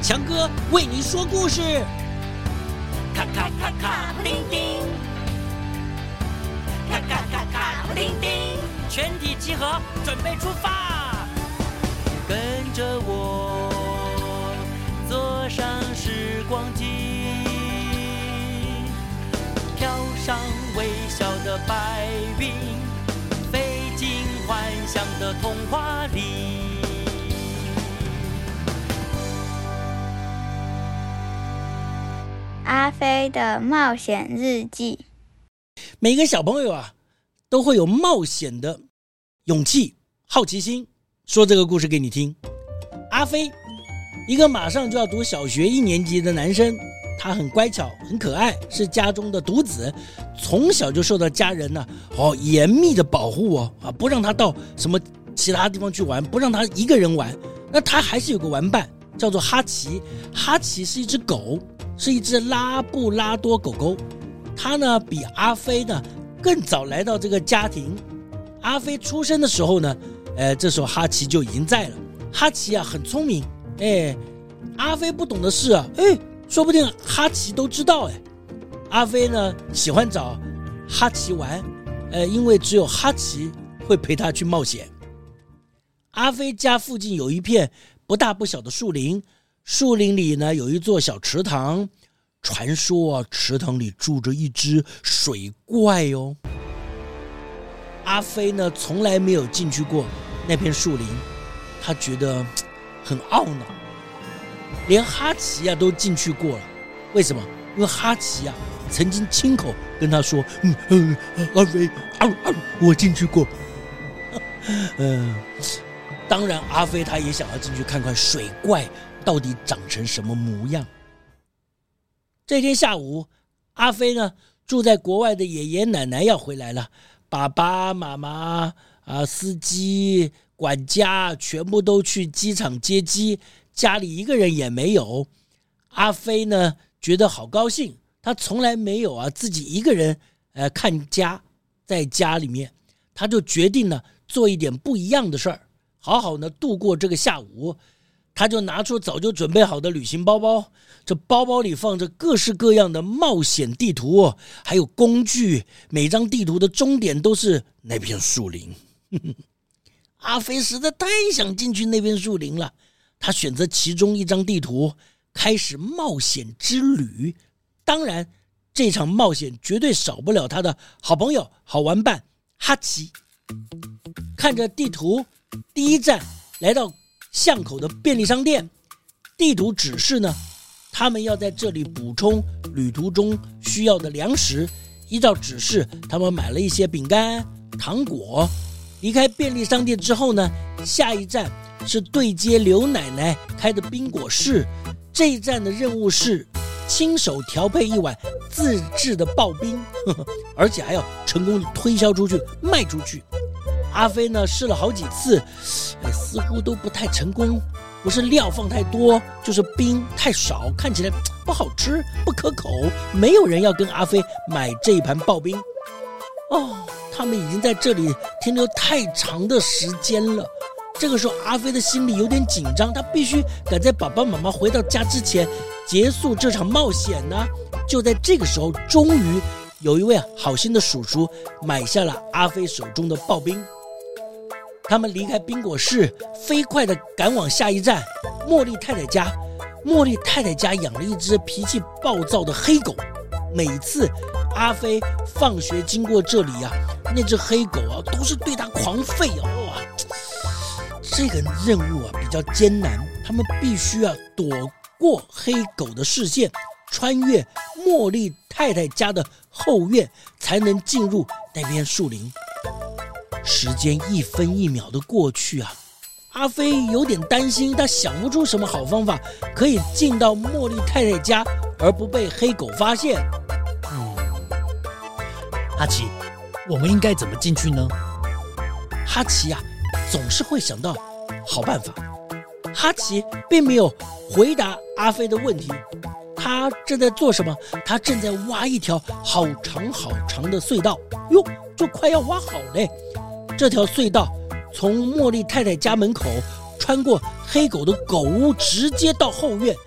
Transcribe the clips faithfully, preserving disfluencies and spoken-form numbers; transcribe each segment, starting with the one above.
强哥为你说故事。 咔咔咔咔布丁丁，咔咔咔咔布丁丁，全体集合，准备出发。跟着我，坐上时光机，飘上微笑的白云，飞进幻想的童话里。 阿飞的冒险日记。 每个小朋友啊，都会有冒险的勇气、好奇心。说这个故事给你听。阿飞，一个马上就要读小学一年级的男生，他很乖巧，很可爱，是家中的独子，从小就受到家人呢、啊、哦严密的保护哦啊，不让他到什么其他地方去玩，不让他一个人玩。那他还是有个玩伴，叫做哈奇。哈奇是一只狗，是一只拉布拉多狗狗。他呢比阿飞呢更早来到这个家庭。阿飞出生的时候呢，呃，这时候哈奇就已经在了。哈奇啊很聪明，哎，阿飞不懂的事啊，哎，说不定哈奇都知道哎。阿飞呢喜欢找哈奇玩，呃，因为只有哈奇会陪他去冒险。阿飞家附近有一片不大不小的树林，树林里呢有一座小池塘，传说啊池塘里住着一只水怪哦。阿飞呢从来没有进去过那片树林，他觉得很懊恼。连哈奇啊都进去过了，为什么？因为哈奇啊曾经亲口跟他说，嗯嗯，阿飞，啊啊，我进去过。嗯、呃，当然阿飞他也想要进去看看水怪到底长成什么模样。这天下午，阿飞呢住在国外的爷爷奶奶要回来了，爸爸妈妈啊、司机、管家全部都去机场接机，家里一个人也没有。阿飞呢觉得好高兴，他从来没有啊自己一个人呃看家，在家里面，他就决定呢做一点不一样的事儿，好好呢度过这个下午。他就拿出早就准备好的旅行包包，这包包里放着各式各样的冒险地图，还有工具，每张地图的终点都是那片树林。阿飞实在太想进去那片树林了，他选择其中一张地图，开始冒险之旅。当然，这场冒险绝对少不了他的好朋友、好玩伴哈奇。看着地图，第一站来到巷口的便利商店，地图指示呢，他们要在这里补充旅途中需要的粮食。依照指示，他们买了一些饼干、糖果。离开便利商店之后呢，下一站是对接刘奶奶开的冰果室。这一站的任务是亲手调配一碗自制的刨冰，呵呵，而且还要成功推销出去、卖出去。阿飞呢试了好几次，哎，似乎都不太成功，不是料放太多，就是冰太少，看起来不好吃、不可口，没有人要跟阿飞买这一盘刨冰。哦，他们已经在这里停留太长的时间了。这个时候阿飞的心里有点紧张，他必须赶在爸爸妈妈回到家之前结束这场冒险呢。就在这个时候，终于有一位好心的叔叔买下了阿飞手中的刨冰。他们离开冰果室，飞快地赶往下一站茉莉太太家。茉莉太太家养了一只脾气暴躁的黑狗，每次阿飞放学经过这里啊，那只黑狗啊都是对他狂吠哦。这个任务啊比较艰难，他们必须啊躲过黑狗的视线，穿越茉莉太太家的后院，才能进入那片树林。时间一分一秒的过去啊，阿飞有点担心，他想不出什么好方法可以进到茉莉太太家而不被黑狗发现。 嗯，哈奇，我们应该怎么进去呢？ 哈奇啊，总是会想到好办法。哈奇并没有回答阿飞的问题，他正在做什么？他正在挖一条好长好长的隧道，哟，就快要挖好嘞。这条隧道从茉莉太太家门口穿过黑狗的狗屋，直接到后院，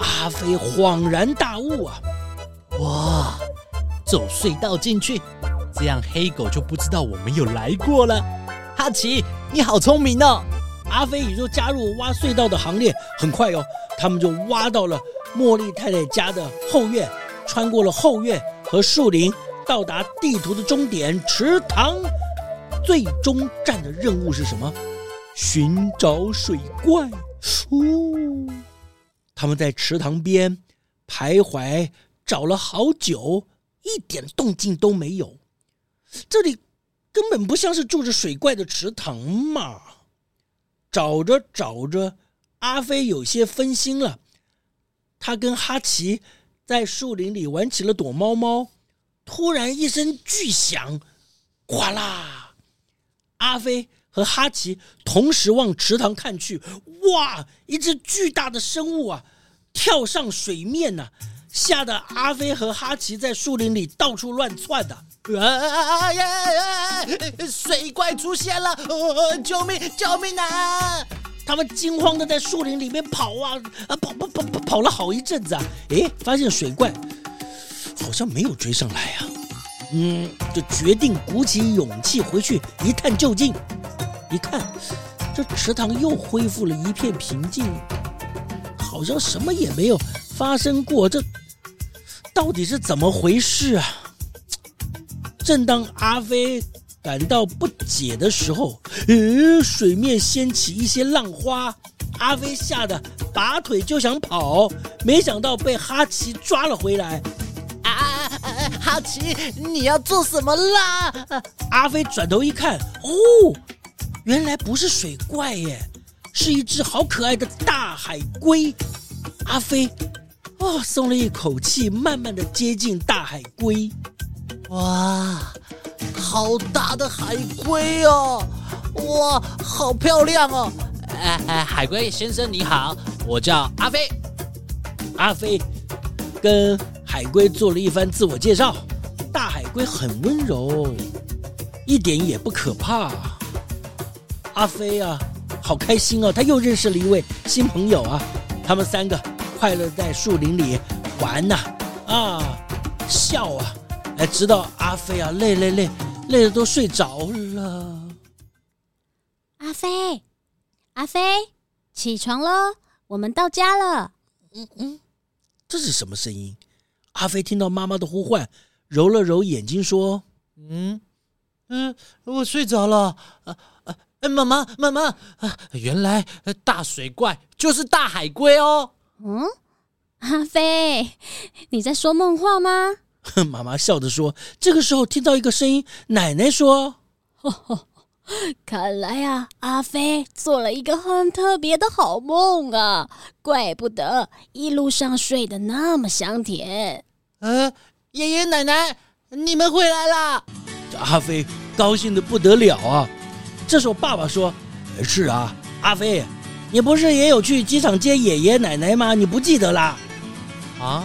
阿飞恍然大悟啊！ 哇，走隧道进去，这样黑狗就不知道我们有来过了。哈奇，你好聪明哦！ 阿飞也就加入挖隧道的行列。很快哦，他们就挖到了茉莉太太家的后院，穿过了后院和树林，到达地图的终点池塘。最终站的任务是什么？寻找水怪。哦，他们在池塘边徘徊找了好久，一点动静都没有。这里根本不像是住着水怪的池塘嘛。找着找着，阿飞有些分心了。他跟哈奇在树林里玩起了躲猫猫，突然一声巨响，哗啦！阿飞和哈奇同时往池塘看去，哇！一只巨大的生物啊，跳上水面啊，吓得阿飞和哈奇在树林里到处乱窜的。 啊呀呀！水怪出现了！哦、救命！救命啊！ 他们惊慌的在树林里面跑啊，啊跑跑跑跑跑了好一阵子啊，诶，发现水怪好像没有追上来啊。嗯，就决定鼓起勇气回去一探究竟。一看，这池塘又恢复了一片平静，好像什么也没有发生过。这到底是怎么回事啊？正当阿飞感到不解的时候，呃，水面掀起一些浪花，阿飞吓得拔腿就想跑，没想到被哈奇抓了回来。 啊，哈奇，你要做什么啦？ 阿飞转头一看，哦，原来不是水怪耶，是一只好可爱的大海龟。阿飞哦，松了一口气，慢慢的接近大海龟。 哇，好大的海龟哦！哇，好漂亮哦！哎哎，海龟先生你好，我叫阿飞。 阿飞跟海龟做了一番自我介绍。大海龟很温柔，一点也不可怕。阿飞啊，好开心哦，他又认识了一位新朋友啊。他们三个快乐在树林里玩呐、啊，啊，笑啊。哎，直到阿飞啊，累累累，累得都睡着了。 阿飞，阿飞，起床喽，我们到家了。 嗯嗯，这是什么声音？阿飞听到妈妈的呼唤，揉了揉眼睛说：“ 嗯嗯，我睡着了。啊啊，妈妈妈妈、啊，原来大水怪就是大海龟哦。” 嗯，阿飞，你在说梦话吗？ 妈妈笑着说。这个时候听到一个声音，奶奶说：“ 呵呵，看来啊，阿飞做了一个很特别的好梦啊，怪不得一路上睡得那么香甜。” 呃，爷爷奶奶，你们回来啦！ 阿飞高兴得不得了啊。这时候爸爸说：“是啊，阿飞，你不是也有去机场接爷爷奶奶吗？你不记得啦？” 啊？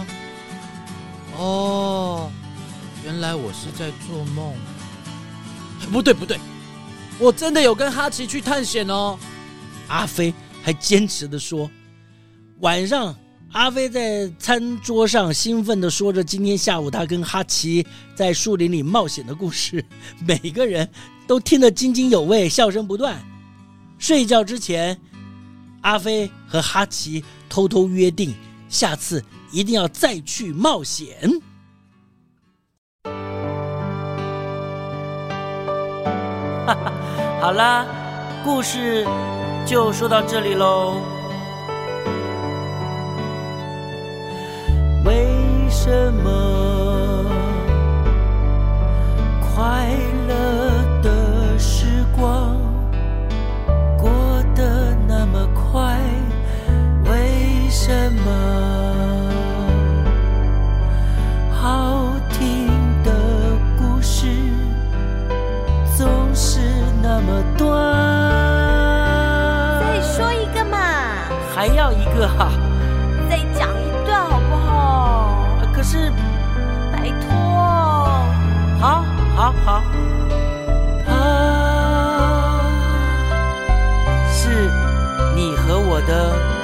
哦，原来我是在做梦。不对不对，我真的有跟哈奇去探险哦。 阿飞还坚持地说。晚上，阿飞在餐桌上兴奋地说着今天下午他跟哈奇在树林里冒险的故事，每个人都听得津津有味，笑声不断。睡觉之前，阿飞和哈奇偷偷约定，下次一定要再去冒险。 好啦，故事就说到这里咯。为什么快乐的时光过得那么快？为什么好听的故事总是那么短？ 再说一个嘛， 还要一个哈、啊？ 再讲一段好不好？ 可是， 拜托。 好，好，好。啊，是你和我的